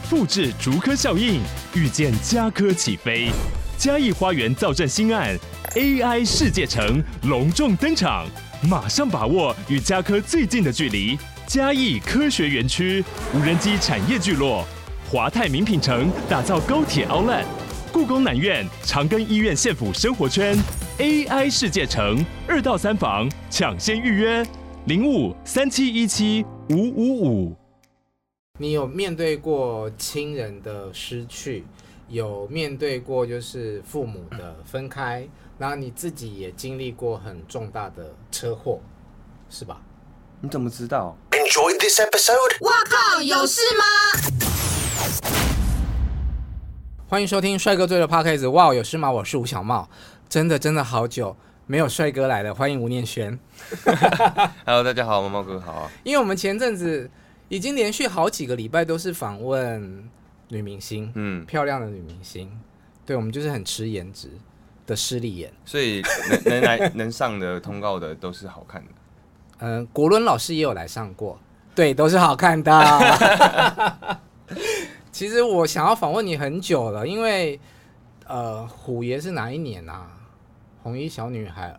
复制竹科效应，预见家科起飞。嘉义花园造镇新案 AI 世界城隆重登场，马上把握与家科最近的距离。嘉义科学园区无人机产业聚落，华泰名品城打造高铁 Outlet， 故宫南院长庚医院县府生活圈 AI 世界城2到3房抢先预约0537175555。 你有面对过亲人的失去，有面对过就是父母的分开，然后你自己也经历过很重大的车祸，是吧？ 你怎么知道 ？Enjoyed this episode？ 哇靠，有事吗？ 欢迎收听帅哥最的 Podcast， 哇，有事吗？我是吴小茂，真的好久没有帅哥来了，欢迎吴念轩。 ？Hello， 大家好，毛毛哥好。 因为我们前阵子已经连续好几个礼拜都是访问女明星，漂亮的女明星，对，我们就是很吃颜值的势利眼， 所以能上的通告的都是好看的。 国伦老师也有来上过，对，都是好看的。其实我想要访问你很久了，因为虎爷是哪一年啊？红衣小女孩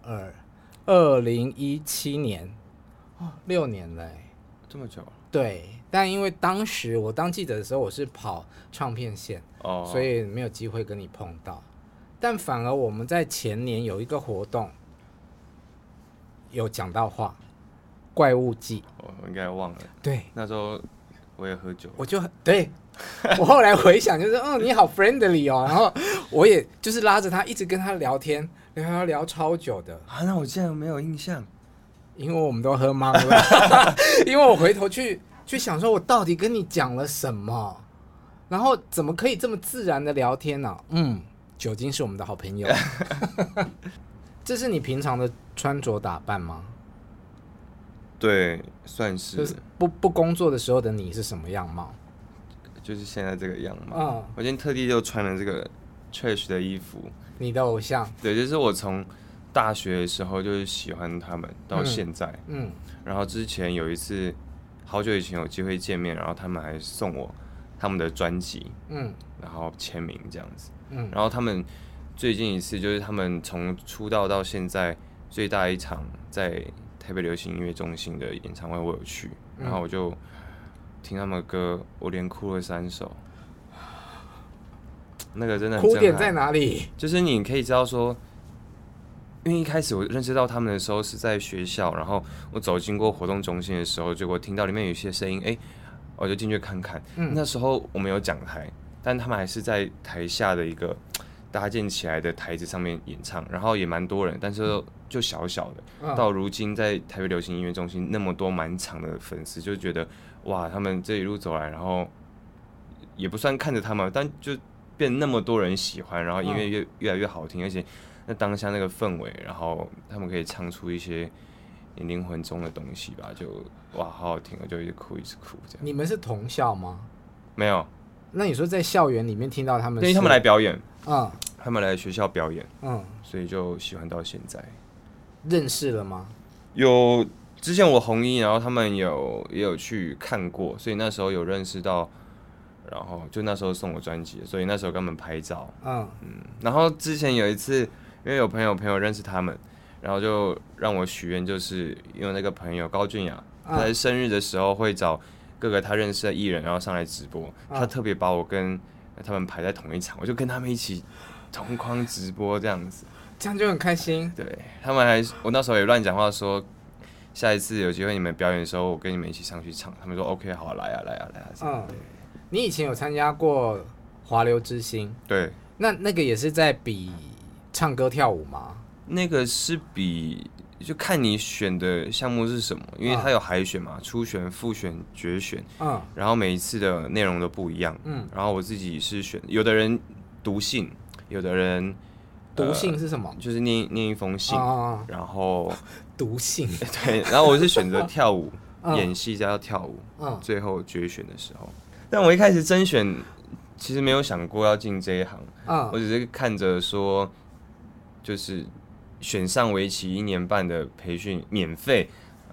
2017年，6年了欸， 这么久了。 对，但因为当时我当记者的时候，我是跑唱片线，所以没有机会跟你碰到。但反而我们在前年有一个活动，有讲到话，怪物季。 我应该忘了。 对， 那时候我也喝酒， 我就对。我后来回想，就是你好 friendly 哦，然后我也就是拉着他一直跟他聊天，聊超久的啊。那我竟然没有印象， 因为我们都喝懵了。因为我回头去想说，我到底跟你讲了什么，然后怎么可以这么自然的聊天呢？酒精是我们的好朋友。这是你平常的穿着打扮吗？ 对，算是。 就是不工作的时候的你是什么样貌？ 就是现在这个样貌。我今天特地就穿了这个 Trash 的衣服。 你的偶像？对， 就是我从大学的时候就是喜欢他们，到现在。然后之前有一次，好久以前有机会见面，然后他们还送我他们的专辑，然后签名这样子。然后他们最近一次就是他们从出道到现在最大一场在台北流行音乐中心的演唱会，我有去，然后我就听他们的歌，我连哭了3首，那个真的很震撼。 哭点在哪里？ 就是你可以知道说，因为一开始我认识到他们的时候是在学校，然后我走经过活动中心的时候，结果听到里面有一些声音，我就进去看看。那时候我们有讲台，但他们还是在台下的一个搭建起来的台子上面演唱，然后也蛮多人，但是就小小的。到如今在台北流行音乐中心那么多满场的粉丝，就觉得哇，他们这一路走来，然后也不算看着他们，但就变那么多人喜欢，然后音乐越来越好听，而且那当下那个氛围，然后他们可以唱出一些你灵魂中的东西吧，就哇，好好听，我就一直哭这样。 你们是同校吗？ 没有。 那你说在校园里面听到他们， 因为他们来表演，他们来学校表演，所以就喜欢到现在。 认识了吗？ 有，之前我红衣，然后他们也有去看过，所以那时候有认识到，然后就那时候送我专辑，所以那时候跟他们拍照。然后之前有一次，因为有朋友认识他们，然后就让我许愿，就是因为那个朋友高俊雅，他在生日的时候会找各个他认识的艺人，然后上来直播，他特别把我跟他们排在同一场，我就跟他们一起同框直播这样子。 这样就很开心。 对，他们我那时候也乱讲话说，下一次有机会你们表演的时候，我跟你们一起上去唱。他们说 OK， 好，来啊。对， 你以前有参加过华流之星？ 对， 那个也是在比唱歌跳舞吗？ 那个是比，就看你选的项目是什么，因为它有海选嘛，初选、复选、决选，然后每一次的内容都不一样，然后我自己是选，有的人读信，有的人。 读信是什么？ 就是念一封信，然后读信。 对，然后我是选择跳舞，演戏加跳舞，最后决选的时候。但我一开始甄选，其实没有想过要进这一行，我只是看着说，就是选上为期1年半的培训免费，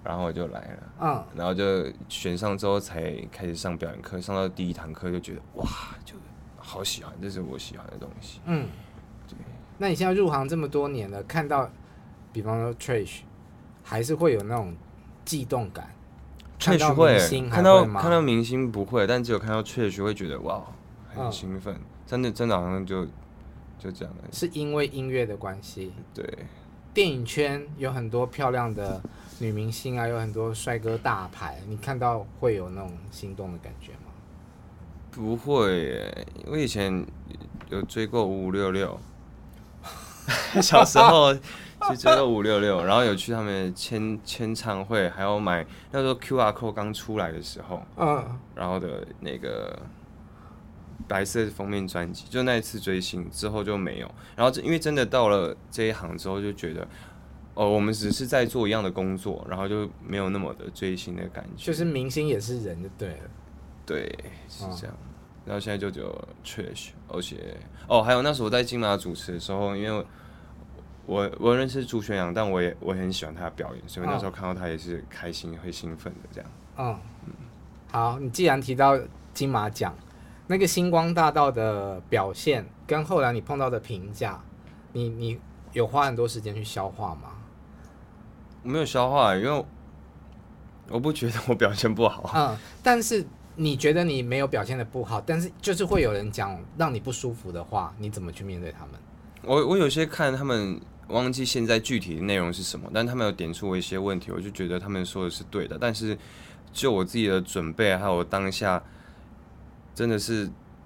然后我就来了，然后就选上之后才开始上表演课，上到第一堂课就觉得哇，就好喜欢，这是我喜欢的东西。对。 那你现在入行这么多年了，看到比方说 Trish， 还是会有那种悸动感。 Trish 会看到明星不会，但只有看到 Trish 会觉得哇，很兴奋，真的好像就这样的。 是因为音乐的关系。 对。 电影圈有很多漂亮的女明星啊，有很多帅哥大牌，你看到会有那种心动的感觉吗？ 不会耶，我以前有追过5566，小时候去追过566，然后有去他们签唱会，还有买那时候 QR code 刚出来的时候，然后的那个白色封面专辑，就那一次追星之后就没有。然后因为真的到了这一行之后，就觉得我们只是在做一样的工作，然后就没有那么的追星的感觉。 就是明星也是人就对了。 对，是这样。然后现在就只有 Trish， 而且还有那时候我在金马主持的时候，因为我认识朱玄阳，但我很喜欢他的表演，所以那时候看到他也是开心会兴奋的这样。 好，你既然提到金马奖，那个星光大道的表现跟后来你碰到的评价，你有花很多时间去消化吗？ 我没有消化，因为我不觉得我表现不好。 但是你觉得你没有表现的不好，但是就是会有人讲让你不舒服的话，你怎么去面对他们？ 我有些看他们忘记现在具体的内容是什么，但他们有点出我一些问题，我就觉得他们说的是对的，但是就我自己的准备还有当下，真的是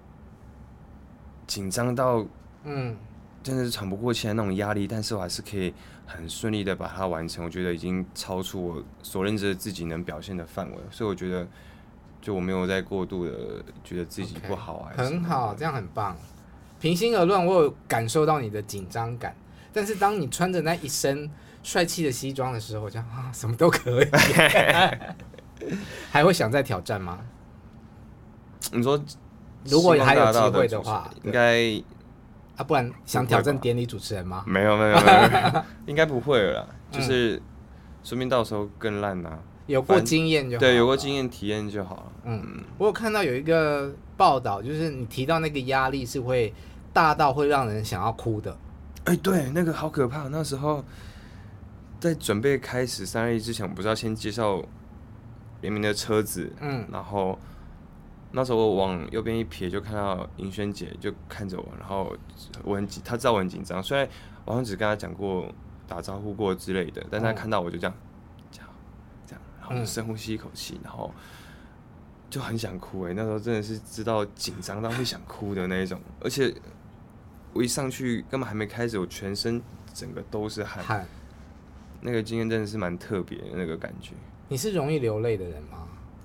紧张到真的是喘不过气来那种压力，但是我还是可以很顺利的把它完成，我觉得已经超出我所认知的自己能表现的范围，所以我觉得就我没有在过度的觉得自己不好啊。 很好，这样很棒。平心而论，我有感受到你的紧张感，但是当你穿着那一身帅气的西装的时候，我就什么都可以。还会想再挑战吗？ 你说如果还有机会的话， 应该不然想挑战典礼主持人吗？ 没有，应该不会了啦，就是说明到时候更烂啊。 有过经验就好， 对，有过经验体验就好了。 我有看到有一个报道，就是你提到那个压力是会大到会让人想要哭的。 对，那个好可怕。那时候在准备开始321之前，我不是要先介绍联名的车子，然后那时候我往右边一瞥，就看到尹轩姐就看着我，然后她知道我很紧张，虽然我好像只跟她讲过打招呼过之类的，但她看到我就这样，然后就深呼吸一口气，然后就很想哭。那时候真的是知道紧张到会想哭的那一种，而且我一上去根本还没开始，我全身整个都是汗，那个经验真的是蛮特别的那个感觉。 你是容易流泪的人吗？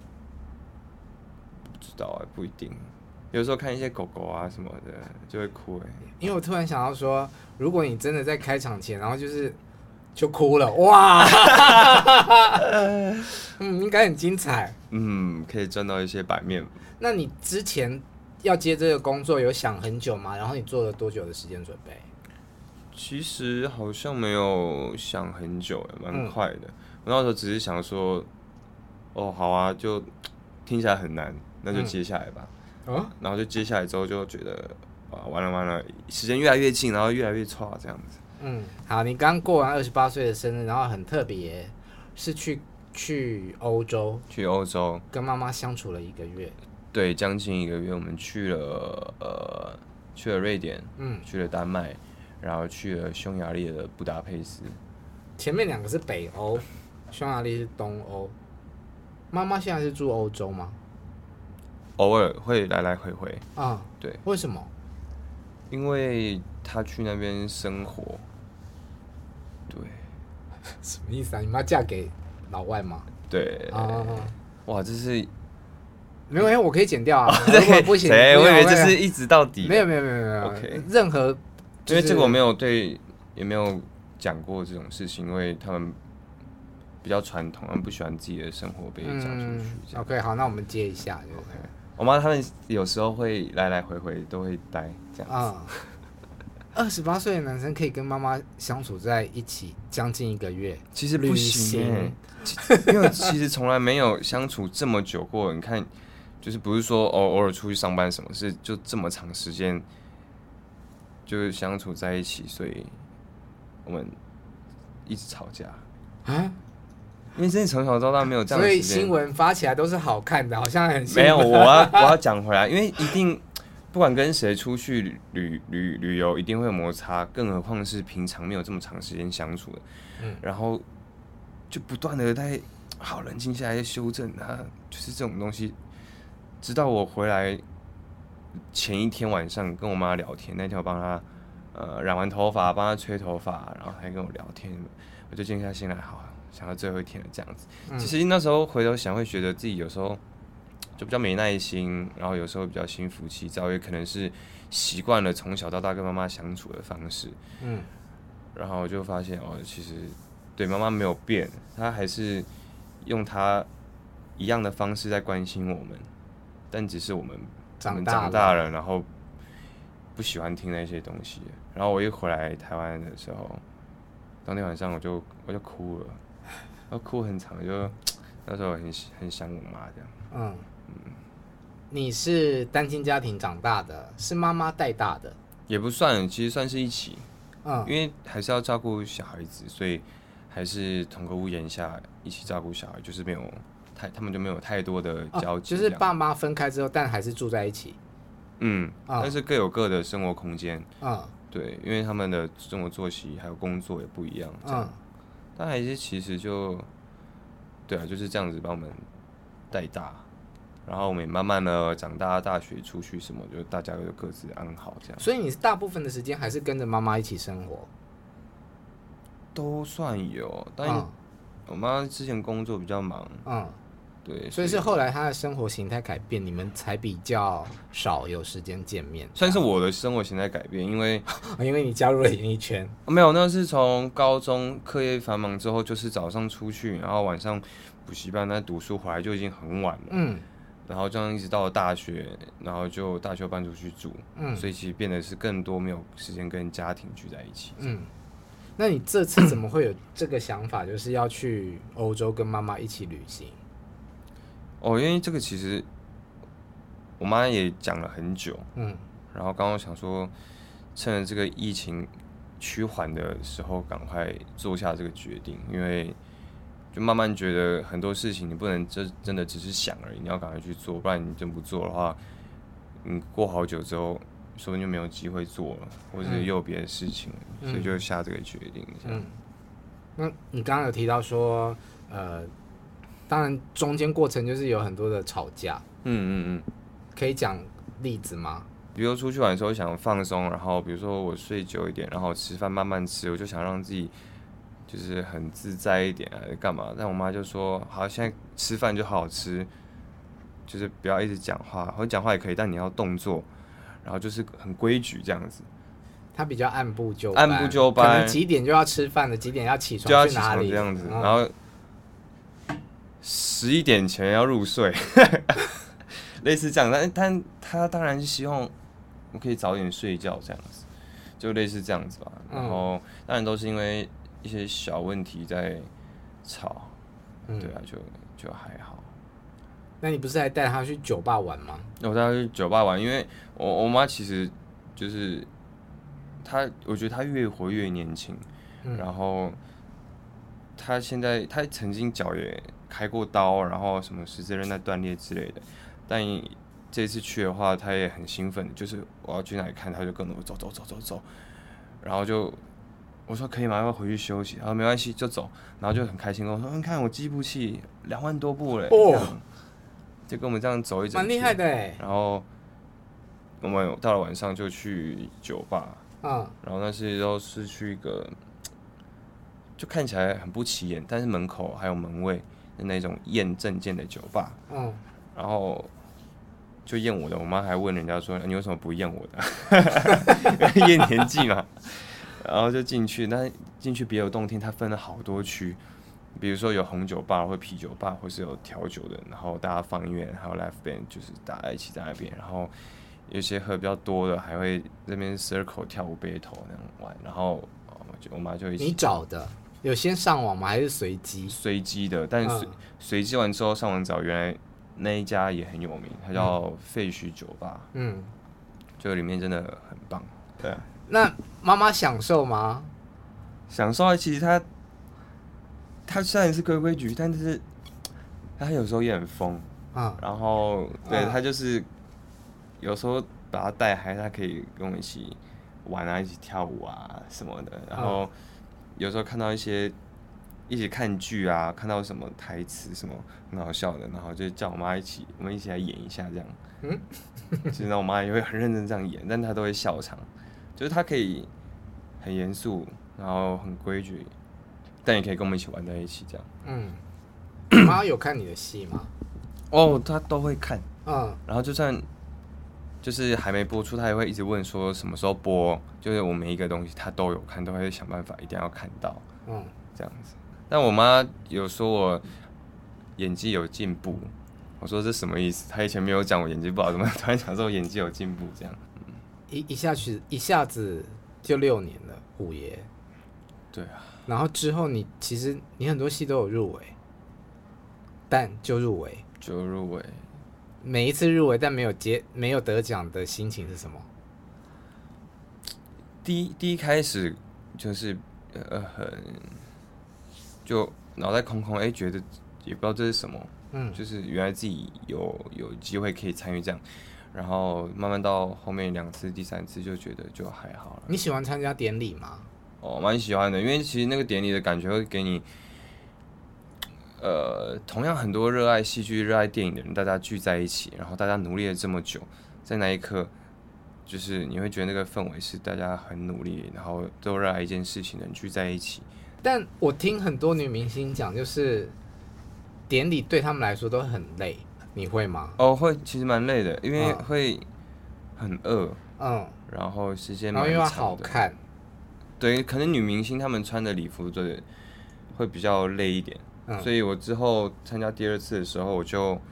不知道不一定，有时候看一些狗狗啊什么的就会哭。 因为我突然想到说，如果你真的在开场前，然后就哭了，哇，应该很精彩。 可以赚到一些版面。 那你之前要接这个工作有想很久吗？然后你做了多久的时间准备？ 其实好像没有想很久，蛮快的。我那时候只是想说，好啊，就听起来很难，那就接下来吧。然后就接下来之后就觉得，完了，时间越来越近，然后越来越差这样子。 好，你刚过完28岁的生日，然后很特别，是去欧洲，跟妈妈相处了1个月。 对，将近1个月，我们去了瑞典，去了丹麦，然后去了匈牙利的布达佩斯。 前面2个是北欧，匈牙利是东欧。妈妈现在是住欧洲吗？ 偶尔会来来回回。对。 为什么？ 因为她去那边生活。对。 什么意思啊？你妈嫁给老外吗？ 对。哇，这是。 没有，我可以剪掉啊。如果不行， 我以为这是一直到底。 没有。 OK。 任何， 因为这个我没有也没有讲过这种事情，因为他们比较传统，他们不喜欢自己的生活被讲出去。 OK， 好，那我们接一下。 OK， 我妈他们有时候会来来回回都会待这样子。28岁的男生可以跟妈妈相处在一起将近1个月， 其实不行因为其实从来没有相处这么久过。你看，就是不是说偶尔出去上班什么，是就这么长时间，就是相处在一起，所以我们一直吵架啊。因为真的从小到大没有这样的时间， 所以新闻发起来都是好看的，好像很没有。我要讲回来，因为一定不管跟谁出去旅游，一定会有摩擦，更何况是平常没有这么长时间相处的。然后就不断的在好冷静下来修正啊，就是这种东西。直到我回来前一天晚上跟我妈聊天，那天我帮她染完头发，帮她吹头发，然后还跟我聊天，我就静下心来，好。想到最后一天了，这样子。其实那时候回头想，会觉得自己有时候就比较没耐心，然后有时候比较心浮气躁，也可能是习惯了从小到大跟妈妈相处的方式。然后我就发现其实对妈妈没有变，她还是用她一样的方式在关心我们，但只是我们长大了，然后不喜欢听那些东西。然后我一回来台湾的时候，当天晚上我就哭了。然后哭很长，就那时候很想我妈这样。 你是单亲家庭长大的，是妈妈带大的？ 也不算，其实算是一起。因为还是要照顾小孩子，所以还是同个屋檐下一起照顾小孩，就是他们就没有太多的交集。 就是爸妈分开之后，但还是住在一起。 但是各有各的生活空间。对，因为他们的生活作息还有工作也不一样。但还是其实对啊，就是这样子把我们带大，然后我们也慢慢的长大，大学出去什么，就大家就各自安好这样。 所以你大部分的时间还是跟着妈妈一起生活？ 都算有，但我妈之前工作比较忙。对， 所以是后来她的生活形态改变，你们才比较少有时间见面。 算是我的生活形态改变，因为你加入了演艺圈。 没有，那是从高中课业繁忙之后，就是早上出去，然后晚上补习班在读书，回来就已经很晚了。然后这样一直到了大学，然后就大学搬出去住。所以其实变得是更多没有时间跟家庭聚在一起。 那你这次怎么会有这个想法，就是要去欧洲跟妈妈一起旅行？ 因为这个其实我妈也讲了很久。然后刚刚想说，趁着这个疫情趋缓的时候，赶快做下这个决定，因为就慢慢觉得很多事情你不能真的只是想而已，你要赶快去做，不然你真不做的话，你过好久之后，说不定就没有机会做了，或者又有别的事情了，所以就下这个决定。 那你刚刚有提到说，当然中间过程就是有很多的吵架。可以讲例子吗？ 比如出去玩的时候想放松，然后比如说我睡久一点，然后吃饭慢慢吃，我就想让自己就是很自在一点还是干嘛？但我妈就说：“好，现在吃饭就好好吃，就是不要一直讲话，或者讲话也可以，但你要动作，然后就是很规矩这样子。” 她比较按部就班，可能几点就要吃饭了，几点要起床， 就要起床这样子，然后11点前要入睡，类似这样。但她当然是希望我可以早点睡觉这样子，就类似这样子吧。然后当然都是因为一些小问题在吵，对啊，就还好。 那你不是还带她去酒吧玩吗？ 我带她去酒吧玩，因为我妈其实就是我觉得她越活越年轻，然后她现在她曾经脚也开过刀，然后什么十字韧带断裂之类的，但这次去的话，她也很兴奋，就是我要去哪里看，她就跟着我走，然后我说可以吗？要不要回去休息？然后没关系，就走。然后就很开心跟我说：“你看我计步器2万多步嘞！”就跟我们这样走一整天， 蛮厉害的哎。 然后我们到了晚上就去酒吧，然后那时候是去一个就看起来很不起眼，但是门口还有门卫的那种验证件的酒吧，然后就验我的，我妈还问人家说：“你为什么不验我的？”验年纪嘛。然后就进去，那进去别有洞天，它分了好多区，比如说有红酒吧或啤酒吧，或是有调酒的，然后大家放音乐，还有 live band， 就是大家一起在那边，然后有些喝比较多的还会那边 circle 跳舞 battle 那样玩，然后我妈就一起。 你找的？ 有先上网吗？还是随机？ 随机的，但随机完之后上网找，原来那一家也很有名，它叫废墟酒吧。就里面真的很棒。对啊。 那妈妈享受吗？ 享受啊，其实他虽然是规规矩，但是他有时候也很疯。然后对他就是有时候把他带嗨，他可以跟我们一起玩啊，一起跳舞啊什么的。然后有时候看到一起看剧啊，看到什么台词什么很好笑的，然后就叫我妈我们一起来演一下这样。其实我妈也会很认真这样演，但她都会笑场，就是她可以很严肃，然后很规矩，但也可以跟我们一起玩在一起这样。 妈有看你的戏吗？ 她都会看。然后就算就是还没播出，她也会一直问说什么时候播，就是我每一个东西她都有看，都会想办法一定要看到。这样子。但我妈有说我演技有进步，我说这什么意思？她以前没有讲我演技不好，怎么突然讲说我演技有进步这样？ 一下子就6年了，虎爷。 对啊。 然后之后其实你很多戏都有入围，但就入围。每一次入围但没有得奖的心情是什么？ 第一开始就是就脑袋空空，觉得也不知道这是什么。就是原来自己有机会可以参与这样，然后慢慢到后面2次、第3次就觉得就还好了。 你喜欢参加典礼吗？ 蛮喜欢的，因为其实那个典礼的感觉会给你，同样很多热爱戏剧、热爱电影的人，大家聚在一起，然后大家努力了这么久，在那一刻，就是你会觉得那个氛围是大家很努力，然后都热爱一件事情的人聚在一起。 但我听很多女明星讲，就是典礼对他们来说都很累，你会吗？ 会，其实蛮累的，因为会很饿，然后时间蛮长的， 然后又要好看， 对，可能女明星她们穿的礼服对会比较累一点，所以我之后参加第2次的时候，我就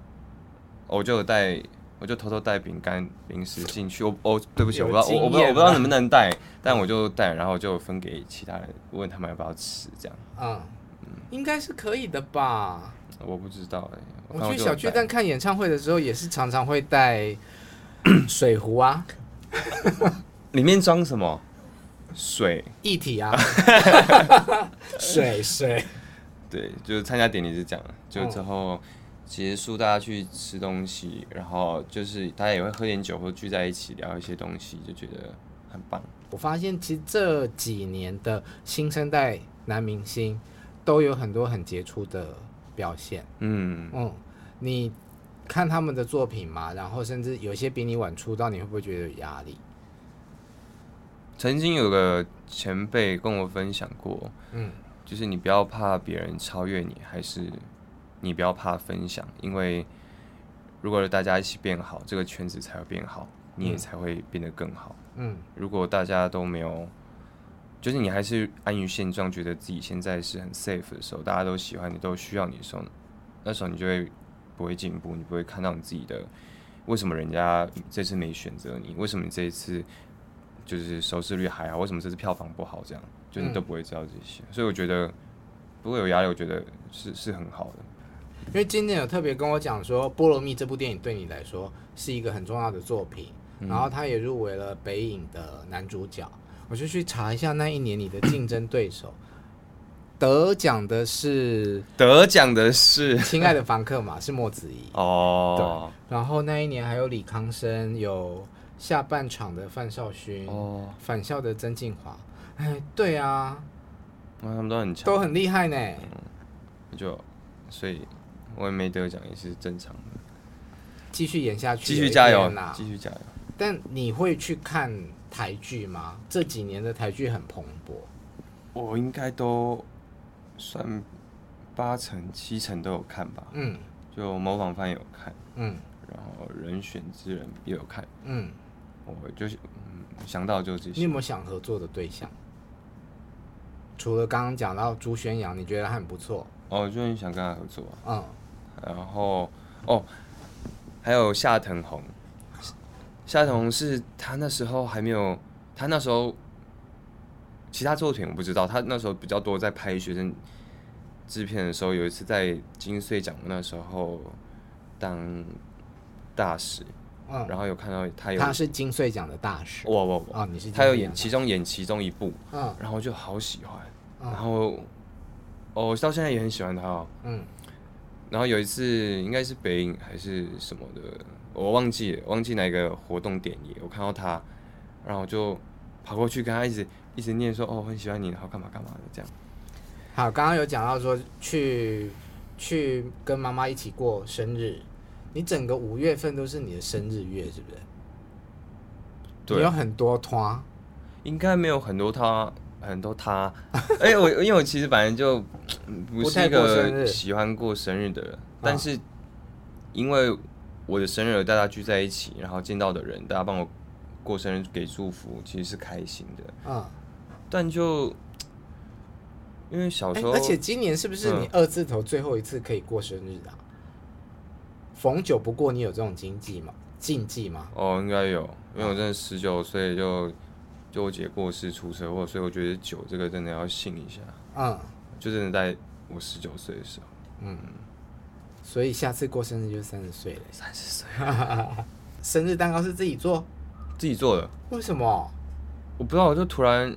偷偷带饼干零食进去。对不起，我不知道能不能带，但我就带，然后就分给其他人，问他们要不要吃，这样。 应该是可以的吧？ 我不知道我去小巨蛋看演唱会的时候，也是常常会带水壶啊。 里面装什么？水。 液体啊。水。 对，就是参加典礼是这样，就之后结束大家去吃东西，然后就是大家也会喝点酒，或聚在一起聊一些东西，就觉得很棒。 我发现其实这几年的新生代男明星都有很多很杰出的表现。你看他们的作品嘛，然后甚至有些比你晚出道，你会不会觉得有压力？ 曾经有个前辈跟我分享过，就是你不要怕别人超越你，还是你不要怕分享，因为如果大家一起变好，这个圈子才会变好，你也才会变得更好。如果大家都没有，就是你还是安于现状，觉得自己现在是很 safe 的时候，大家都喜欢你，都需要你的时候，那时候你就会不会进步，你不会看到你自己的为什么人家这次没选择你，为什么你这一次就是收视率还好，为什么这次票房不好，这样就你都不会知道这些。所以我觉得不会有压力，我觉得是很好的。 因为今天有特别跟我讲说，《菠萝蜜》这部电影对你来说是一个很重要的作品，然后他也入围了北影的男主角。我就去查一下那一年你的竞争对手，得奖的是《亲爱的房客》嘛，是莫子仪。对。然后那一年还有李康生，有下半场的范少勋，返校的曾敬骅。对啊， 他们都很强， 都很厉害呢。 所以我也没得奖也是正常的。 继续演下去， 继续加油，继续加油。 但你会去看台剧吗？这几年的台剧很蓬勃。 我应该都算8成7成都有看吧。就模仿犯有看，然后人选之人也有看，我就是想到就这些。 你有没有想合作的对象？除了刚刚讲到朱宣阳，你觉得他很不错？ 我就很想跟他合作。然后还有夏腾宏。夏腾宏是他那时候还没有，他那时候其他作品我不知道。他那时候比较多在拍学生制片的时候，有一次在金穗奖那时候当大使，然后有看到他是金穗奖的大使。 哇！ 你是他有演其中一部，然后我就好喜欢，然后我到现在也很喜欢他哦。然后有一次应该是北影还是什么的，我忘记哪一个活动典礼，我看到他，然后我就跑过去跟他一直念说我很喜欢你，然后干嘛干嘛的这样。 好，刚刚有讲到说去跟妈妈一起过生日，你整个5月份都是你的生日月，是不是？对，你有很多团？ 应该没有很多他。因为我其实本来就不是一个喜欢过生日的人，但是因为我的生日大家聚在一起，然后见到的人大家帮我过生日给祝福，其实是开心的。但就因为小时候， 而且今年是不是你2字头最后一次可以过生日啊？逢九不过，你有这种禁忌吗？ 应该有，因为我真的19岁就我姐过世出车祸，所以我觉得酒这个真的要信一下。就真的在我19岁的时候。 所以下次过生日就30岁了。 30岁。 生日蛋糕是自己做？ 自己做的。 为什么？ 我不知道，我就突然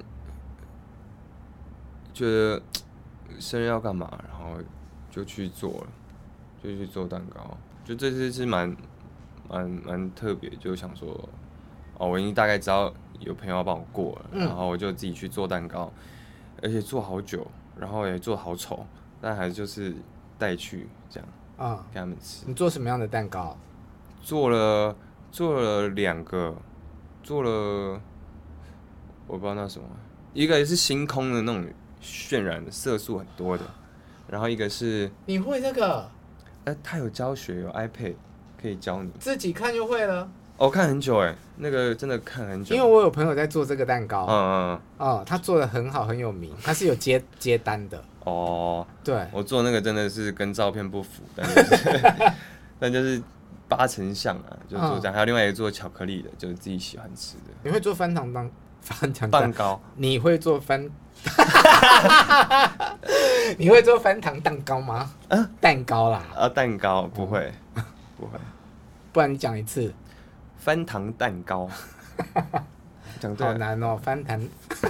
觉得生日要干嘛，然后就去做了，就去做蛋糕。就这次是蛮特别，就想说，我已经大概知道有朋友要帮我过了，然后我就自己去做蛋糕，而且做好久，然后也做好丑，但还就是带去这样，给他们吃。 你做什么样的蛋糕？ 做了2个，做了我不知道那什么，一个是星空的那种渲染的色素很多的，然后一个是你会这个？ 他有教学，有 iPad 可以教你， 自己看就会了。 我看很久那个真的看很久。 因为我有朋友在做这个蛋糕，他做的很好，很有名，他是有接单的。对， 我做那个真的是跟照片不符，但就是8成像啊，就做这样。还有另外一个做巧克力的，就是自己喜欢吃的。 你会做翻糖蛋糕？你会做你会做翻糖蛋糕吗？蛋糕啦。 蛋糕不会，不会。 不然你讲一次。 翻糖蛋糕，讲对了。 好难哦，翻糖。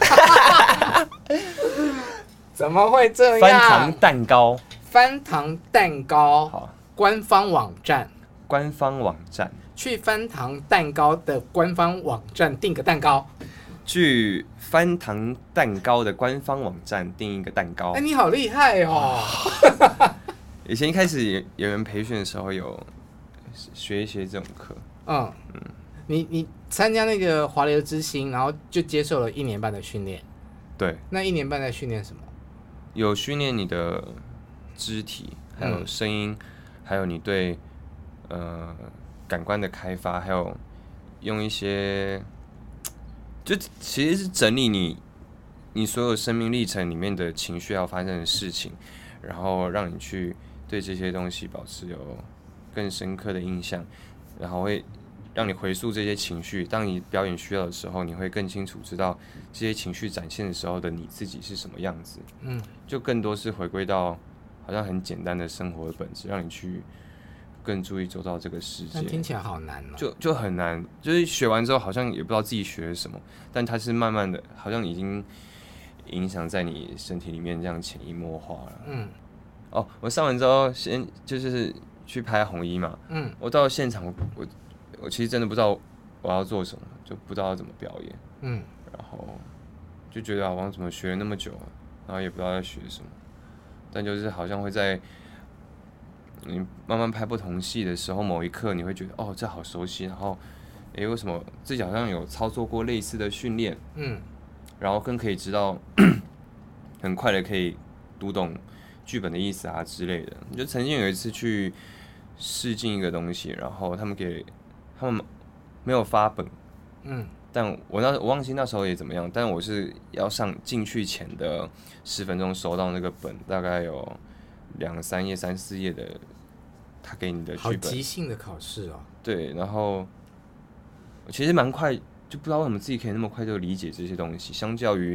怎么会这样？ 翻糖蛋糕。 翻糖蛋糕。 好。 官方网站。 去翻糖蛋糕的官方网站订个蛋糕。 去翻糖蛋糕的官方网站订一个蛋糕。 你好厉害哦！ 以前一开始有人培训的时候有学一些这种课。 你参加那个华流之星，然后就接受了1年半的训练。 对。 那1年半在训练什么？ 有训练你的肢体，还有声音，还有你对感官的开发，还有用一些，就其实是整理你所有生命历程里面的情绪要发生的事情，然后让你去对这些东西保持有更深刻的印象，然后会让你回溯这些情绪。当你表演需要的时候，你会更清楚知道这些情绪展现的时候的你自己是什么样子。就更多是回归到好像很简单的生活的本质，让你去更注意周遭这个世界。 但听起来好难哦。 就很难，就是学完之后好像也不知道自己学了什么，但它是慢慢的，好像已经影响在你身体里面，这样潜移默化了。我上完之后先就是去拍红衣嘛。我到现场我其实真的不知道我要做什么，就不知道要怎么表演。然后就觉得好像怎么学了那么久，然后也不知道在学什么，但就是好像会在你慢慢拍不同戏的时候，某一刻你会觉得这好熟悉，然后为什么自己好像有操作过类似的训练，然后更可以知道很快的可以读懂剧本的意思啊之类的。就曾经有一次去试镜一个东西，然后他们没有发本，但我忘记那时候也怎么样，但我是要上进去前的10分钟收到那个本，大概有2、3页、3、4页的他给你的剧本。好即兴的考试哦。 对，然后其实蛮快，就不知道为什么自己可以那么快就理解这些东西，相较于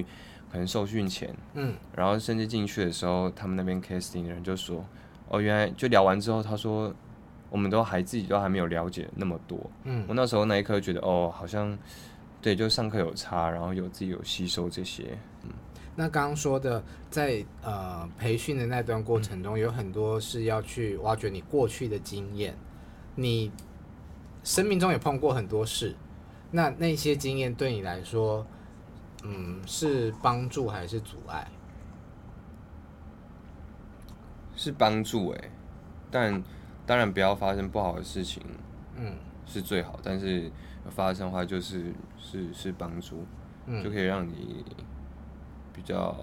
可能受训前，然后甚至进去的时候，他们那边 casting 的人就说，哦，原来就聊完之后，他说我们自己都还没有了解那么多，我那时候那一刻觉得，哦，好像对，就上课有差，然后自己有吸收这些， 那刚刚说的，在培训的那段过程中，有很多是要去挖掘你过去的经验，你生命中也碰过很多事，那些经验对你来说，是帮助还是阻碍？ 是帮助但当然不要发生不好的事情，是最好，但是发生的话就是帮助，就可以让你比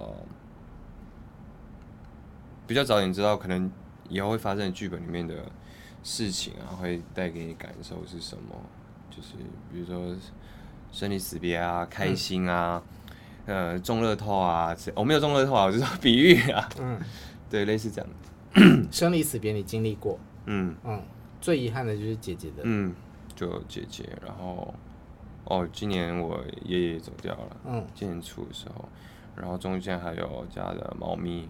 较早点知道可能以后会发生的剧本里面的事情啊，会带给你感受是什么，就是比如说生离死别啊、开心啊、中乐透啊，我没有中乐透啊，我就说比喻啊，对，类似这样的。 生离死别你经历过，最遗憾的就是姐姐的， 就姐姐，然后今年我爷爷走掉了，今年初的时候，然后中间还有家的猫咪，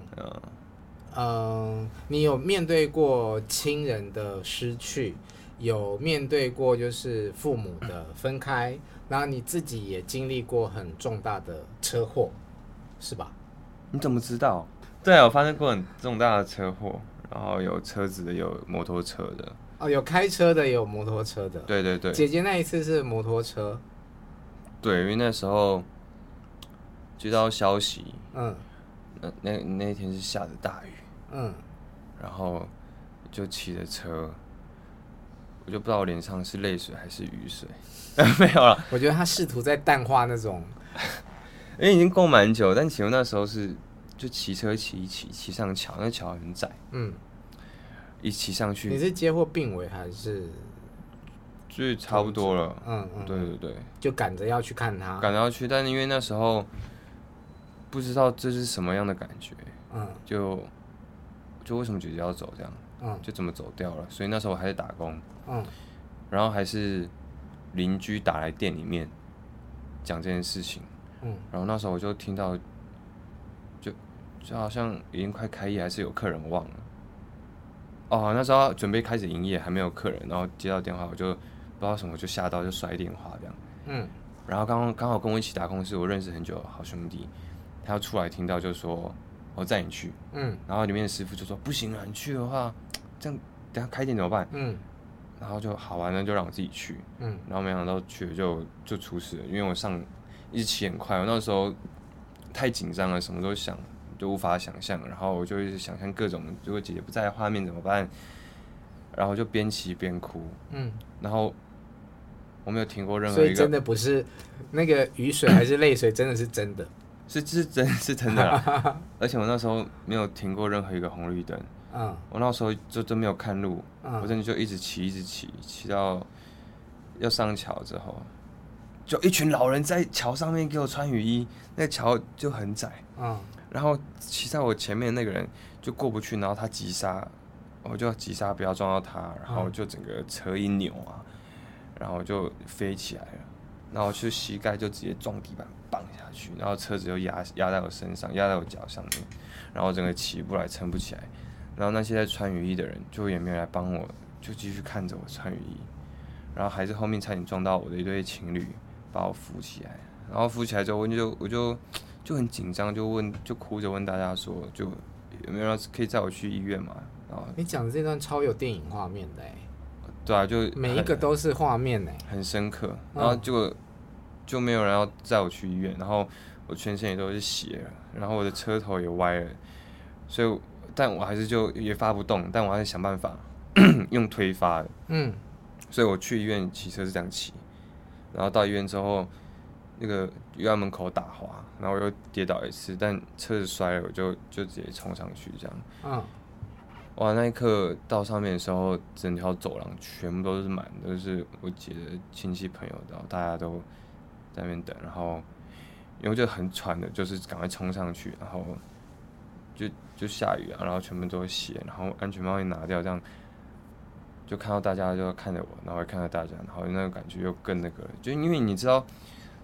你有面对过亲人的失去，有面对过就是父母的分开，然后你自己也经历过很重大的车祸，是吧？ 你怎么知道？对啊，我发生过很重大的车祸，然后有车子的，有摩托车的。 有开车的，也有摩托车的。 对对对。 姐姐那一次是摩托车。 对，因为那时候接到消息，那一天是下着大雨，然后就骑着车，我就不知道我脸上是泪水还是雨水，没有了。 我觉得他试图在淡化那种， 因为已经过蛮久，但其实那时候是就骑车骑上桥，那桥很窄，一骑上去。 你是接获病危还是？ 就差不多了，对对对， 就赶着要去看他， 赶着要去，但是因为那时候不知道这是什么样的感觉，就为什么姐姐要走这样，就怎么走掉了，所以那时候我还在打工，然后还是邻居打来店里面讲这件事情，然后那时候我就听到，就好像已经快开业，还是有客人忘了，那时候准备开始营业，还没有客人，然后接到电话我就不知道什么，就吓到就摔电话这样，然后刚好跟我一起打工是我认识很久的好兄弟，他要出来听到就说我载你去，然后里面的师傅就说不行啊，你去的话这样等下开店怎么办？然后就好玩了，就让我自己去，然后没想到去了就出事了，因为我一直骑很快，我那时候太紧张了，什么都想，就无法想象，然后我就一直想象各种如果姐姐不在画面怎么办，然后就边骑边哭，然后我没有听过任何一个， 所以真的不是那个雨水还是泪水，真的是真的， 是真的啦，而且我那时候没有停过任何一个红绿灯，我那时候就真没有看路，我真的就一直骑到要上桥之后，就一群老人在桥上面给我穿雨衣，那桥就很窄，然后骑在我前面那个人就过不去，然后他急刹，我就急刹不要撞到他，然后就整个车一扭啊，然后就飞起来了，然后就膝盖就直接撞地板，绑下去，然后车子就压在我身上，压在我脚上面，然后整个起不来，撑不起来，然后那些在穿雨衣的人就也没有来帮我，就继续看着我穿雨衣，然后还是后面差点撞到我的一对情侣，把我扶起来，然后扶起来之后我就很紧张，就哭着问大家说，就有没有人可以载我去医院嘛？然后你讲的这段超有电影画面的对啊，就每一个都是画面很深刻，然后就没有人要载我去医院，然后我全身也都是血了，然后我的车头也歪了，所以但我还是就也发不动，但我还是想办法用推发的，所以我去医院骑车是这样骑，然后到医院之后，那个医院门口打滑，然后我又跌倒一次，但车子摔了，我就直接冲上去这样。哇，那一刻到上面的时候，整条走廊全部都是满的，都是我姐的亲戚朋友，然后大家都在那边等，然后因为我就很喘的，就是赶快冲上去，然后就下雨啊，然后全部都是血，然后安全帽一拿掉，这样就看到大家就看着我，然后也看到大家，然后那个感觉又更那个了，就因为你知道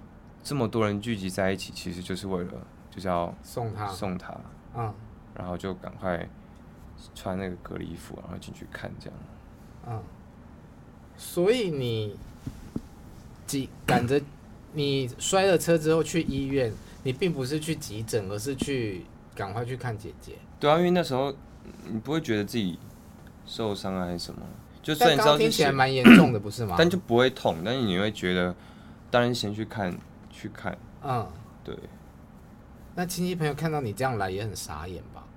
这么多人聚集在一起，其实就是为了就是要送他， 然后就赶快穿那个隔离服，然后进去看这样。 所以你赶着你摔了车之后去医院，你并不是去急诊，而是赶快去看姐姐。 对啊，因为那时候你不会觉得自己受伤啊还是什么，就虽然但知道听起来蛮严重的，不是吗？ 但就不会痛，但是你会觉得，当然先去看。对。 那亲戚朋友看到你这样来也很傻眼吧？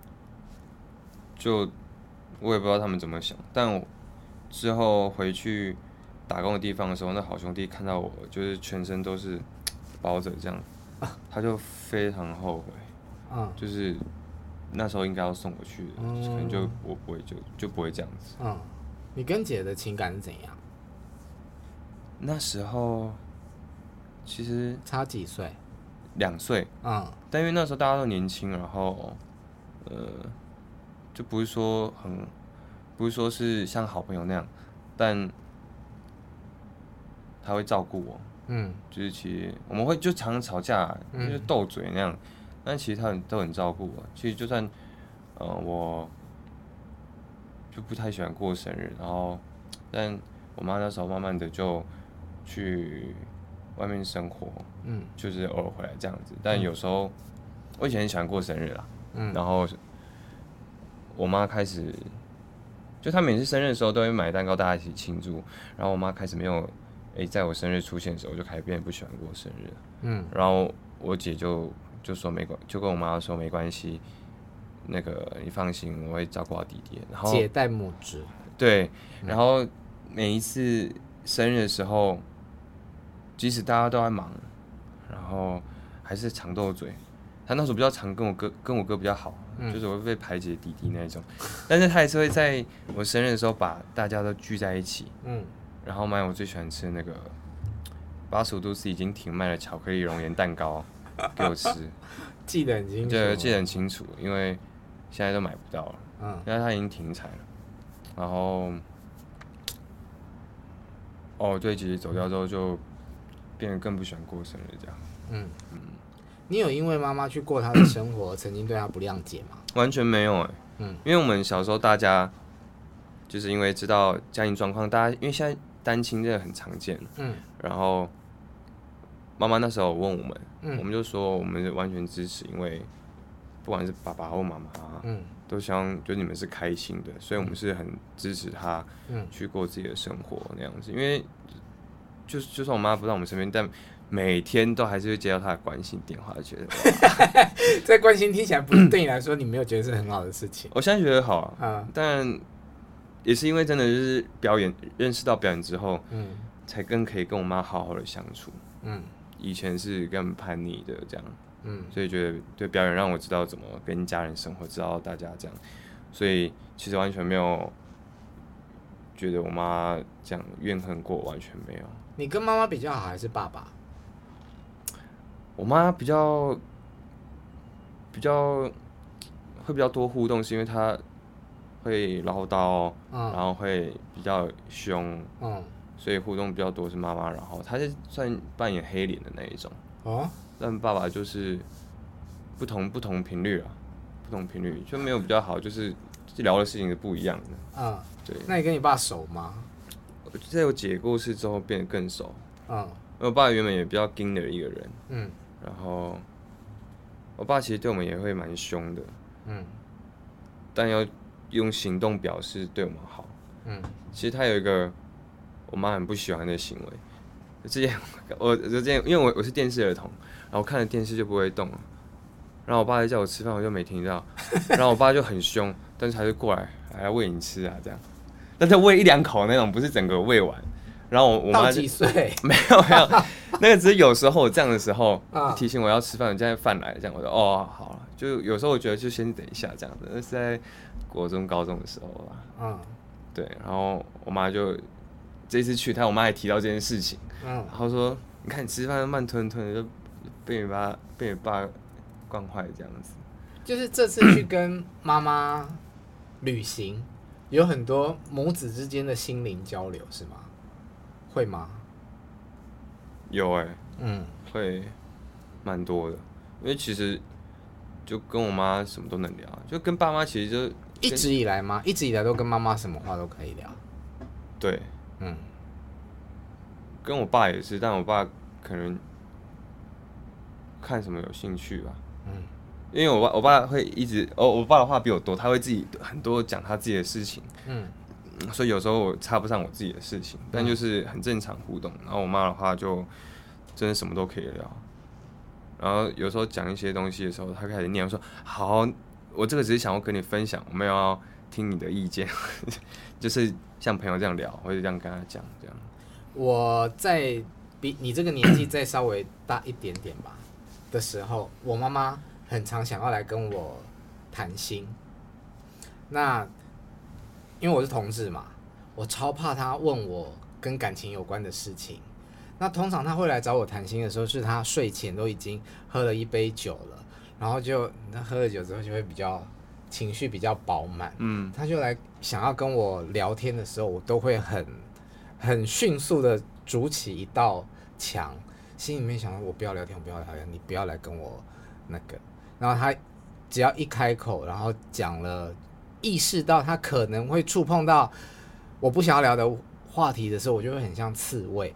就我也不知道他们怎么想，但我之后回去打工的地方的时候，那好兄弟看到我就是全身都是包着这样，他就非常后悔，就是那时候应该要送我去的，可能就我不会就不会这样子。 你跟姐的情感是怎样？ 那时候其实差几岁 ？2岁。但因为那时候大家都年轻，然后就不是说是像好朋友那样，但他会照顾我。就是其实我们会就常常吵架，就是斗嘴那样，但其实他都很照顾我。其实就算我就不太喜欢过生日，然后但我妈那时候慢慢的就去外面生活，就是偶尔回来这样子。但有时候我以前很喜欢过生日啦，然后我妈开始，就她每次生日的时候都会买蛋糕，大家一起庆祝。然后我妈开始没有，在我生日出现的时候，我就开始变得不喜欢过生日了。然后我姐就说就跟我妈说没关系，那个你放心，我会照顾好弟弟。然后姐带母职。 对，然后每一次生日的时候，即使大家都在忙，然后还是常斗嘴。他那时候比较常跟我哥比较好，就是我会被排挤弟弟那一种。但是他还是会在我生日的时候把大家都聚在一起，然后买我最喜欢吃的那个85度 C 已经停卖的巧克力熔岩蛋糕给我吃。 记得很清楚。 对，记得很清楚，因为现在都买不到了，因为它已经停产了。然后，对，姐姐走掉之后就变得更不喜欢过生日这样。 你有因为妈妈去过她的生活，曾经对她不谅解吗？ 完全没有因为我们小时候大家就是因为知道家庭状况，大家因为现在单亲真的很常见，然后妈妈那时候问我们，我们就说我们完全支持，因为不管是爸爸或妈妈，都希望就你们是开心的，所以我们是很支持他去过自己的生活那样子。因为就算我妈不在我们身边，但每天都还是会接到她的关心电话，觉得这关心听起来不是对你来说，你没有觉得是很好的事情。 我现在觉得好啊，但也是因为真的就是表演，认识到表演之后，才更可以跟我妈好好的相处。以前是更叛逆的这样。所以觉得对表演让我知道怎么跟家人生活，知道大家这样，所以其实完全没有觉得我妈这样怨恨过，完全没有。 你跟妈妈比较好还是爸爸？ 我妈比较会比较多互动，是因为她会唠叨，然后会比较凶，所以互动比较多是妈妈，然后她是算扮演黑脸的那一种。但爸爸就是不同频率啊，不同频率就没有比较好，就是聊的事情是不一样的。对。 那你跟你爸熟吗？ 在我姐过世之后变得更熟。因为我爸原本也比较硬的一个人。然后我爸其实对我们也会蛮凶的。但要用行动表示对我们好。其实他有一个我妈很不喜欢的行为。之前因为我是电视儿童，然后看了电视就不会动了，然后我爸在叫我吃饭，我就没听到，然后我爸就很凶，但是他就过来还喂你吃啊这样，但是喂1-2口那种，不是整个喂完。然后我妈到几岁？ 没有，那个只是有时候这样的时候提醒我要吃饭，现在饭来了这样，我就好了。就有时候我觉得就先等一下这样子，那是在国中高中的时候吧。对，然后我妈就这次去，我妈还提到这件事情。然后说：“你看你吃饭慢吞吞的，就被你爸惯坏这样子。” 就是这次去跟妈妈旅行，有很多母子之间的心灵交流，是吗？会吗？ 有会蛮多的，因为其实就跟我妈什么都能聊，就跟爸妈其实就一直以来吗？一直以来都跟妈妈什么话都可以聊。 对，跟我爸也是，但我爸可能看什么有兴趣吧。因为我爸会一直我爸的话比我多，他会自己很多讲他自己的事情。所以有时候我插不上我自己的事情，但就是很正常互动。然后我妈的话就真的什么都可以聊。然后有时候讲一些东西的时候，她开始念，我说好，我这个只是想要跟你分享，我没有要听你的意见，就是像朋友这样聊，或者这样跟他讲这样。 我在比你这个年纪再稍微大一点点吧的时候，我妈妈很常想要来跟我谈心。那因为我是同志嘛，我超怕她问我跟感情有关的事情。那通常她会来找我谈心的时候，是她睡前都已经喝了一杯酒了，然后就喝了酒之后就会比较情绪比较饱满。她就来想要跟我聊天的时候，我都会很迅速的筑起一道墙，心里面想我不要聊天，我不要聊天，你不要来跟我那个。然后他只要一开口，然后讲了，意识到他可能会触碰到我不想要聊的话题的时候，我就会很像刺猬，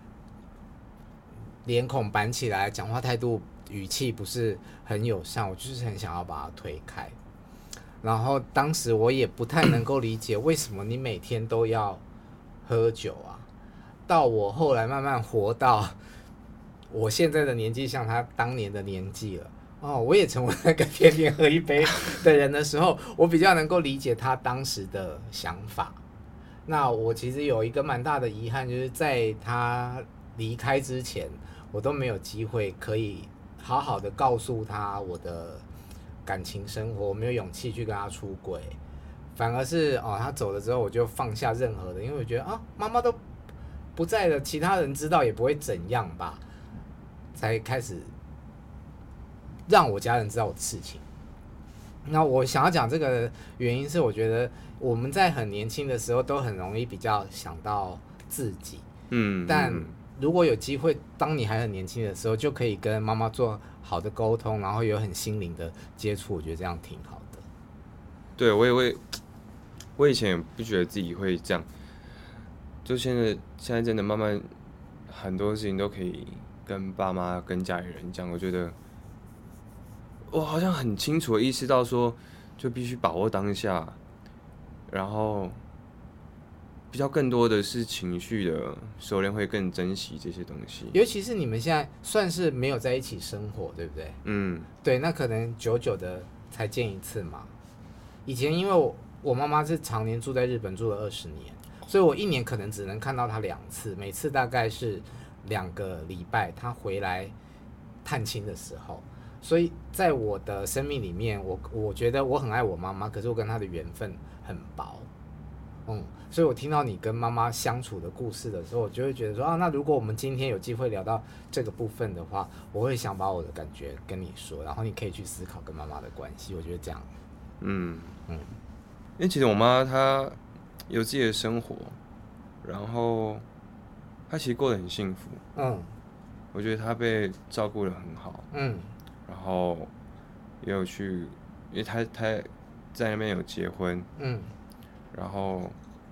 脸孔板起来，讲话态度语气不是很友善，我就是很想要把他推开。然后当时我也不太能够理解为什么你每天都要喝酒啊。到我后来慢慢活到我现在的年纪像他当年的年纪了，我也成为那个天天喝一杯的人的时候，我比较能够理解他当时的想法。那我其实有一个蛮大的遗憾，就是在他离开之前，我都没有机会可以好好的告诉他我的感情生活，我没有勇气去跟他出轨，反而是他走了之后，我就放下任何的，因为我觉得妈妈都不在了，其他人知道也不会怎样吧，才开始让我家人知道我的事情。那我想要讲这个原因是，我觉得我们在很年轻的时候都很容易比较想到自己，但如果有机会，当你还很年轻的时候，就可以跟妈妈做好的沟通，然后有很心灵的接触，我觉得这样挺好的。 对，我以前也不觉得自己会这样，就现在真的慢慢很多事情都可以跟爸妈、跟家里人讲。我觉得我好像很清楚的意识到说，就必须把握当下，然后比较更多的是情绪的收敛，会更珍惜这些东西。 尤其是你们现在算是没有在一起生活，对不对？对，那可能久久的才见一次嘛。以前因为我妈妈是常年住在日本，住了20年，所以我一年可能只能看到她2次，每次大概是2个礼拜，她回来探亲的时候。所以在我的生命里面，我觉得我很爱我妈妈，可是我跟她的缘分很薄。所以我听到你跟妈妈相处的故事的时候，我就会觉得说那如果我们今天有机会聊到这个部分的话，我会想把我的感觉跟你说，然后你可以去思考跟妈妈的关系。我觉得这样， 因为其实我妈她有自己的生活，然后她其实过得很幸福。我觉得她被照顾得很好。然后也有去，因为她在那边有结婚。然后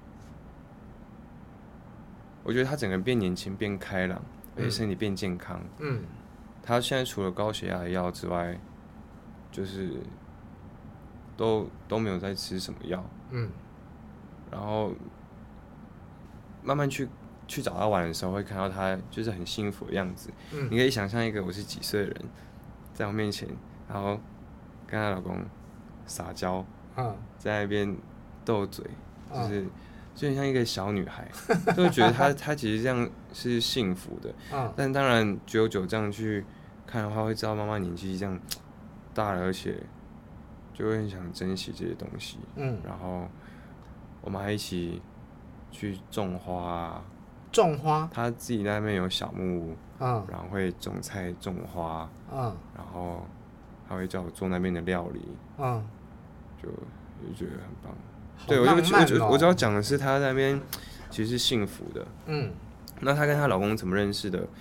我觉得她整个人变年轻、变开朗，而且身体变健康。她现在除了高血压的药之外，就是都没有在吃什么药。然后慢慢去找她玩的时候，会看到她就是很幸福的样子。你可以想象一个50几岁的人在我面前，然后跟她老公撒娇，在那边斗嘴，就很像一个小女孩，就会觉得她其实这样是幸福的。但当然久久这样去看的话，会知道妈妈年纪这样大了，而且就会很想珍惜这些东西。然后我们还一起去种花啊。 种花？ 她自己那边有小木屋，然后会种菜、种花，然后还会叫我做那边的料理，就觉得很棒。对，我只要讲的是她那边其实是幸福的。那她跟她老公怎么认识的？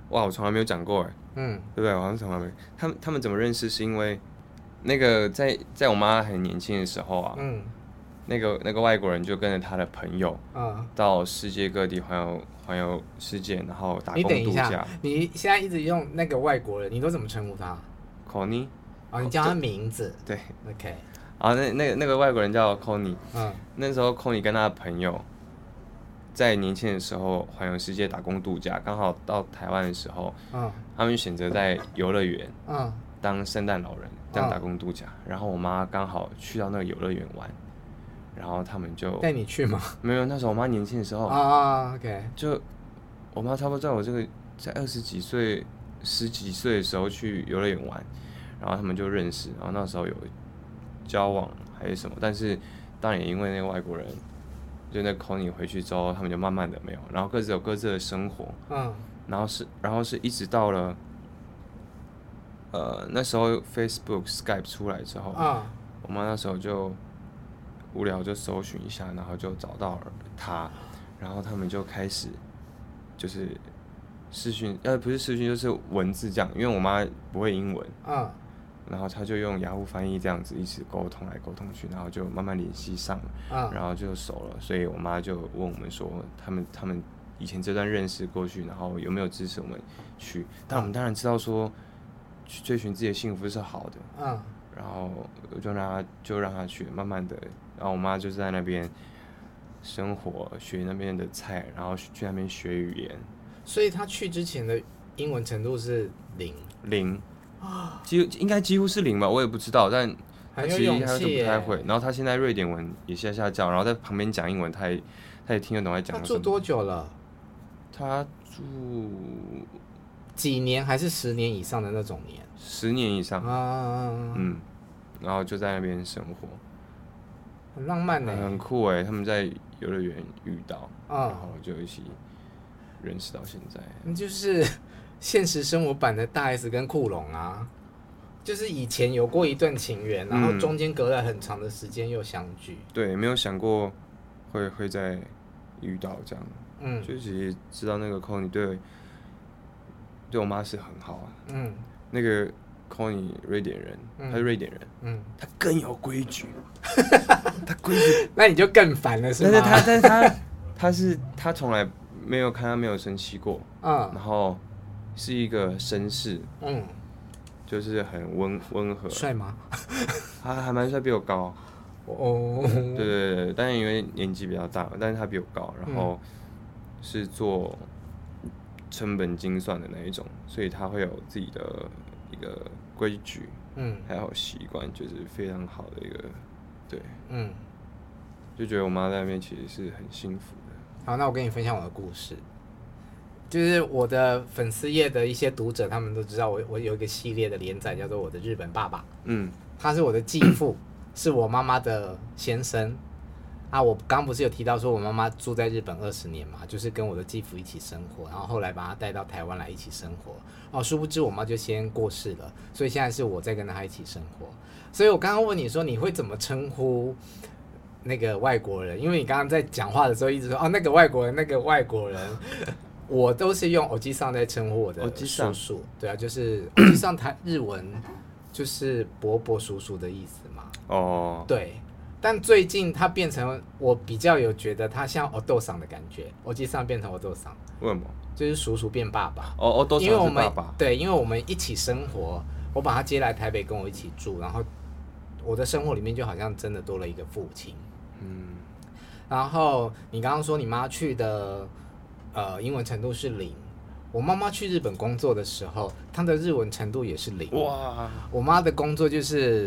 哇，我从来没有讲过哎，对不对？我好像从来没。他们怎么认识？是因为那个在我妈很年轻的时候啊，那个外国人就跟着他的朋友，到世界各地环游世界，然后打工度假。 你等一下，你现在一直用那个外国人，你都怎么称呼他 ？Connie。 哦，你叫他名字。 对 ，OK。 啊，那个外国人叫 Connie。那时候 Connie 跟他的朋友在年轻的时候环游世界打工度假，刚好到台湾的时候，他们选择在游乐园，当圣诞老人，这样打工度假。然后我妈刚好去到那个游乐园玩，然后他们就带你去吗？ 没有，那时候我妈年轻的时候 ，OK。 就我妈差不多在我这个在20几岁、10几岁的时候去游乐园玩，然后他们就认识，然后那时候有交往还是什么，但是当然也因为那个外国人。就那 Connie 回去之后，他们就慢慢的没有，然后各自有各自的生活，然后是一直到了，那时候 Facebook、Skype 出来之后，我妈那时候就无聊就搜寻一下，然后就找到了他，然后他们就开始就是视讯，不是视讯就是文字这样，因为我妈不会英文，然后他就用雅虎翻译这样子一直沟通来沟通去，然后就慢慢联系上了，然后就熟了。所以我妈就问我们说，他们以前这段认识过去，然后有没有支持我们去？但我们当然知道说，去追寻自己的幸福是好的。然后就让他去，慢慢的，然后我妈就在那边生活，学那边的菜，然后去那边学语言。 所以他去之前的英文程度是零。应该几乎是0吧，我也不知道，但他其实他就不太会。然后他现在瑞典文也下降，然后在旁边讲英文，他也听得懂在讲什么。 他住多久了？ 他住几年还是10年以上的那种年 ？10年以上。然后就在那边生活， 很浪漫很酷哎！他们在游乐园遇到，然后就一起认识到现在。 就是现实生活版的大 S 跟库龙啊，就是以前有过一段情缘，然后中间隔了很长的时间又相聚。 对，没有想过会再遇到这样。就其实知道那个 Connie 对我妈是很好啊。那个 Connie 瑞典人，他是瑞典人，他更有规矩。他规矩， 那你就更烦了，是吗？ 但是他从来没有看他没有生气过。然后。是一个绅士，就是很温和。 帅吗？ 他还蛮帅，比我高。对，但是因为年纪比较大，但是他比我高，然后是做成本精算的那一种，所以他会有自己的一个规矩，还有习惯，就是非常好的一个，对，就觉得我妈在那边其实是很幸福的。 好，那我跟你分享我的故事。就是我的粉丝页的一些读者，他们都知道我有一个系列的连载，叫做《我的日本爸爸》。他是我的继父，是我妈妈的先生。我刚不是有提到说我妈妈住在日本20年嘛，就是跟我的继父一起生活，然后后来把他带到台湾来一起生活。殊不知我妈就先过世了，所以现在是我在跟他一起生活。所以我刚刚问你说你会怎么称呼那个外国人，因为你刚刚在讲话的时候一直说那个外国人，那个外国人。我都是用欧吉桑在称呼我的叔叔，对啊，就是欧吉桑台日文就是伯伯叔叔的意思嘛。对。但最近他变成我比较有觉得他像欧豆桑的感觉，欧吉桑变成欧豆桑。 为什么？ 就是叔叔变爸爸。 欧豆桑是爸爸。 对，因为我们一起生活，我把他接来台北跟我一起住，然后我的生活里面就好像真的多了一个父亲。然后你刚刚说你妈去的。英文程度是0。我妈妈去日本工作的时候，她的日文程度也是0。哇！我妈的工作就是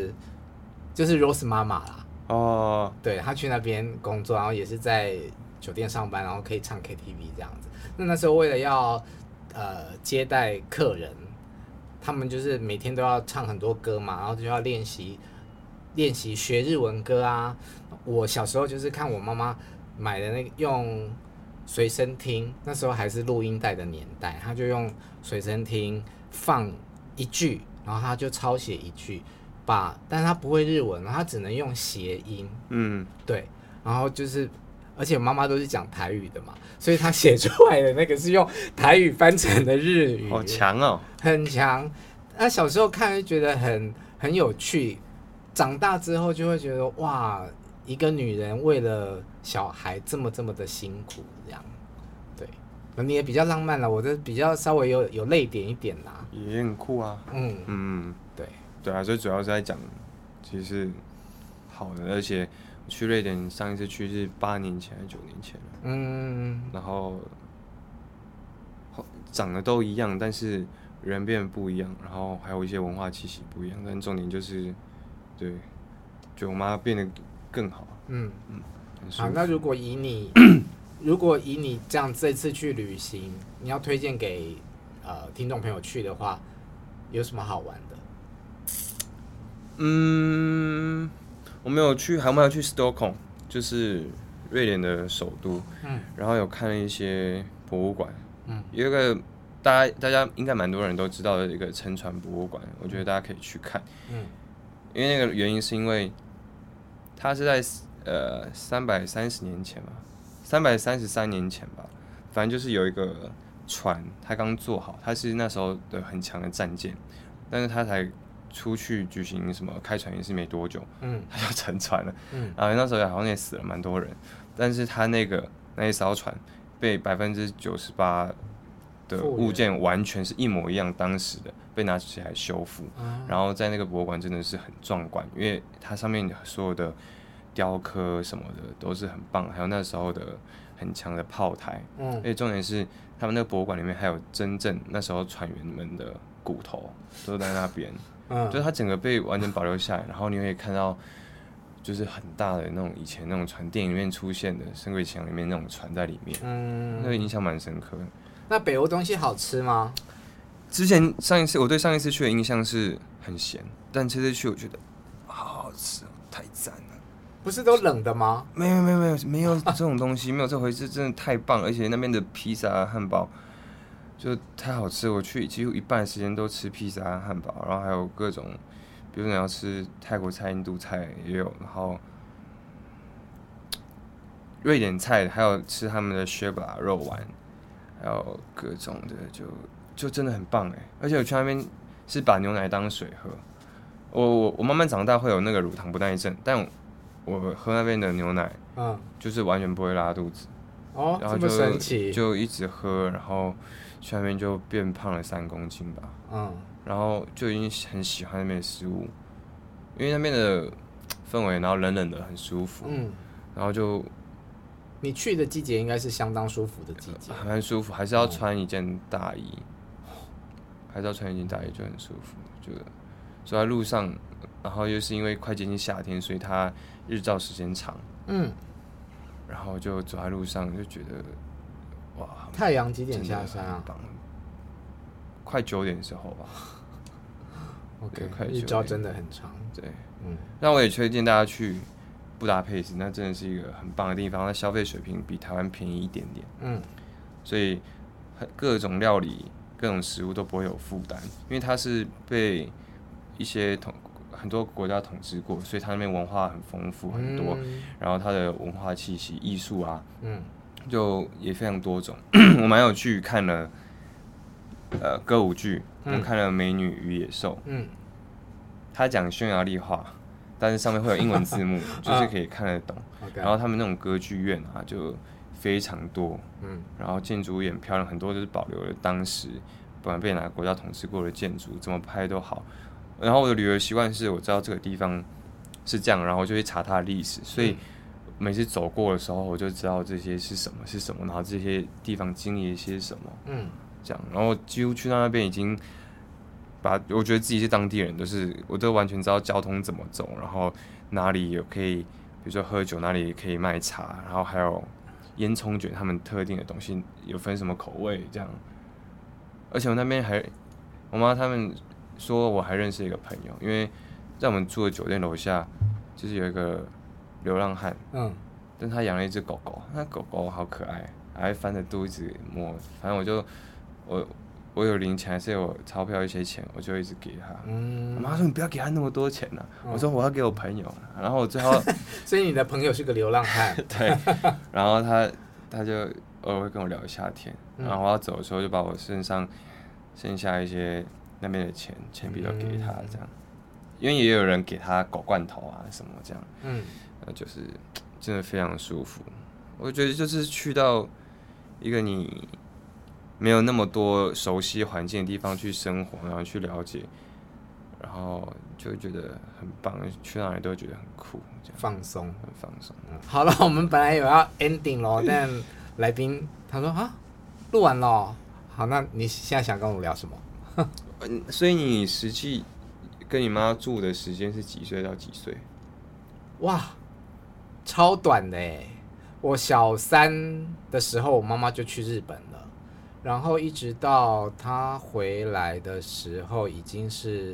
Rose 妈妈啦。对，她去那边工作，然后也是在酒店上班，然后可以唱 KTV 这样子。那时候为了要接待客人，他们就是每天都要唱很多歌嘛，然后就要练习学日文歌啊。我小时候就是看我妈妈买的那个用。随身听，那时候还是录音带的年代，他就用随身听放一句，然后他就抄写一句，但他不会日文，他只能用谐音，对，然后就是而且妈妈都是讲台语的嘛，所以她写出来的那个是用台语翻成的日语， 好强哦， 很强。那小时候看就觉得很有趣，长大之后就会觉得哇，一个女人为了小孩这么的辛苦，这样。对，你也比较浪漫了，我这比较稍微有泪点一点啦。 也很酷啊。对对啊，所以主要是在讲，其实是好的，而且我去瑞典上一次去是8年前还是9年前了。然后长得都一样，但是人变得不一样，然后还有一些文化气息不一样，但重点就是，对，就我妈变得更好。 好，那如果以你这样这次去旅行，你要推荐给听众朋友去的话，有什么好玩的？ 我们有去，还没有去 Stockholm， 就是瑞典的首都。然后有看了一些博物馆。有一个大家应该蛮多人都知道的一个沉船博物馆，我觉得大家可以去看。因为那个原因是因为它是在330年前吧，333年前吧，反正就是有一个船，它刚做好，它是那时候的很强的战舰，但是它才出去举行什么开船仪式没多久，它就沉船了。然后那时候好像也死了蛮多人，但是它那一艘船被98%的物件完全是一模一样，当时的被拿起来修复。然后在那个博物馆真的是很壮观，因为它上面所有的雕刻什么的都是很棒，还有那时候的很强的炮台。而且重点是他们那个博物馆里面还有真正那时候船员们的骨头都在那边。就是它整个被完全保留下来，然后你会看到就是很大的那种以前那种船，电影里面出现的《神鬼奇航》里面那种船在里面。那个印象蛮深刻的。 那北欧东西好吃吗？ 我对上一次去的印象是很咸，但这次去我觉得好好吃，太赞了。 不是都冷的吗？ 没有这种东西，没有这回事，真的太棒了。而且那边的披萨、汉堡就太好吃，我去几乎一半的时间都吃披萨和汉堡，然后还有各种，比如你要吃泰国菜、印度菜也有，然后瑞典菜，还有吃他们的雪巴肉丸，还有各种的，就真的很棒哎！而且我去那边是把牛奶当水喝，我慢慢长大会有那个乳糖不耐症，但我喝那边的牛奶，就是完全不会拉肚子。然后这么神奇， 就一直喝，然后去那边就变胖了3公斤吧。然后就已经很喜欢那边的食物，因为那边的氛围，然后冷冷的很舒服。然后就你去的季节应该是相当舒服的季节， 蛮舒服，还是要穿一件大衣，就很舒服。就走在路上，然后又是因为快接近夏天，所以它日照时间长。然后就走在路上就觉得，哇！ 太阳几点下山啊？ 快9点的时候吧。 OK， 日照真的很长。 对，那我也推荐大家去布达佩斯，那真的是一个很棒的地方，它消费水平比台湾便宜一点点。所以各种料理、各种食物都不会有负担，因为它是被一些很多国家统治过，所以它那边文化很丰富很多，然后它的文化气息、艺术啊，就也非常多种。我蛮有去看了歌舞剧，我看了《美女与野兽》，它讲匈牙利话，但是上面会有英文字幕，就是可以看得懂。然后他们那种歌剧院啊，就非常多，然后建筑也很漂亮，很多就是保留了当时不管被哪个国家统治过的建筑，怎么拍都好。然后我的旅游习惯是，我知道这个地方是这样，然后我就会查它的历史，所以每次走过的时候，我就知道这些是什么，然后这些地方经历了些什么，这样。然后几乎去到那边已经我觉得自己是当地人，我都完全知道交通怎么走，然后哪里有可以，比如说喝酒，哪里可以卖茶，然后还有烟囱卷，他们特定的东西有分什么口味这样。而且我那边我妈他们说我还认识一个朋友，因为在我们住的酒店楼下，就是有一个流浪汉，但他养了一只狗狗，那狗狗好可爱，还翻着肚子摸，反正我有零钱还是有钞票一些钱，我就一直给他。我妈说你不要给他那么多钱啊，我说我要给我朋友，然后我最后， 所以你的朋友是个流浪汉。 对，然后他就偶尔会跟我聊一下天，然后我要走的时候就把我身上剩下一些那边的钱币都给他这样，因为也有人给他狗罐头啊什么这样，就是真的非常舒服。我觉得就是去到一个你没有那么多熟悉环境的地方去生活，然后去了解，然后就会觉得很棒，去哪里都会觉得很酷，这样放松， 很放松。 好了，我们本来有要 ending 咯，但来宾他说啊，录完了，好，那你现在想跟我聊什么？ 所以你实际跟你妈住的时间是几岁到几岁？ 哇，超短的哎！我小3的时候，我妈妈就去日本了，然后一直到她回来的时候，已经是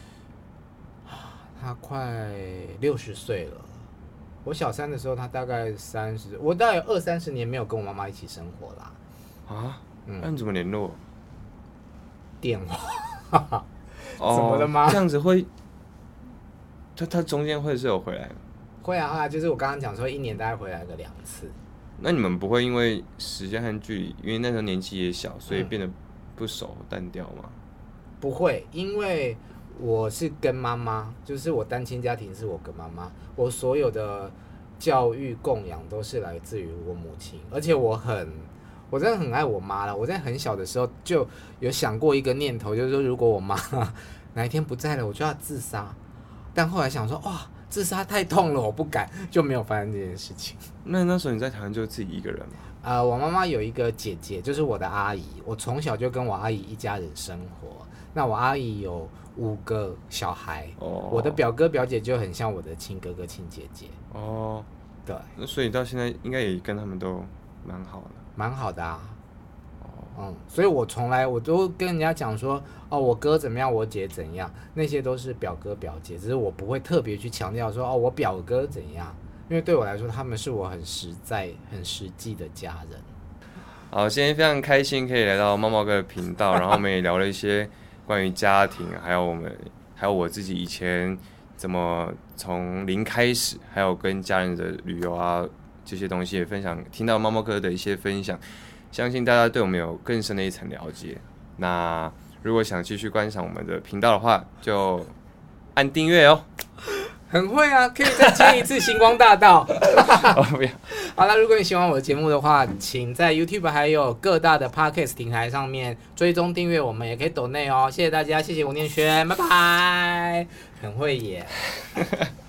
她快60岁了。我小3的时候，她大概30，我大概有20-30年没有跟我妈妈一起生活啦。 啊？那你怎么联络？ 电话。怎么了吗？ 这样子会，他中间会是有回来吗？ 会啊，就是我刚刚讲说，1年大概回来个2次。 那你们不会因为时间和距离，因为那时候年纪也小，所以变得不熟淡掉吗？ 不会，因为我是跟妈妈，就是我单亲家庭是我跟妈妈，我所有的教育供养都是来自于我母亲，而且我真的很爱我妈了。我在很小的时候就有想过一个念头，就是说如果我妈哪一天不在了，我就要自杀。但后来想说，哇，自杀太痛了，我不敢，就没有发生这件事情。 那时候你在台湾就自己一个人吗？ 我妈妈有一个姐姐，就是我的阿姨。我从小就跟我阿姨一家人生活。那我阿姨有5个小孩，我的表哥表姐就很像我的亲哥哥亲姐姐。 哦， 对， 那所以到现在应该也跟他们都蛮好的。 蛮好的啊。所以我都跟人家讲说，我哥怎么样，我姐怎样，那些都是表哥表姐，只是我不会特别去强调说，我表哥怎样，因为对我来说，他们是我很实在、很实际的家人。 好，今天非常开心可以来到猫猫哥的频道，然后我们也聊了一些关于家庭，还有我自己以前怎么从零开始，还有跟家人的旅游啊这些东西也分享，听到猫猫哥的一些分享。相信大家对我们有更深的一层了解。那如果想继续观赏我们的频道的话，就按订阅哦。 很会啊，可以再接一次星光大道。 不要。 好了，如果你喜欢我的节目的话，请在 YouTube 还有各大的 Podcast 平台上面追踪订阅我们，也可以抖内哦。谢谢大家，谢谢吴念轩，拜拜。很会耶。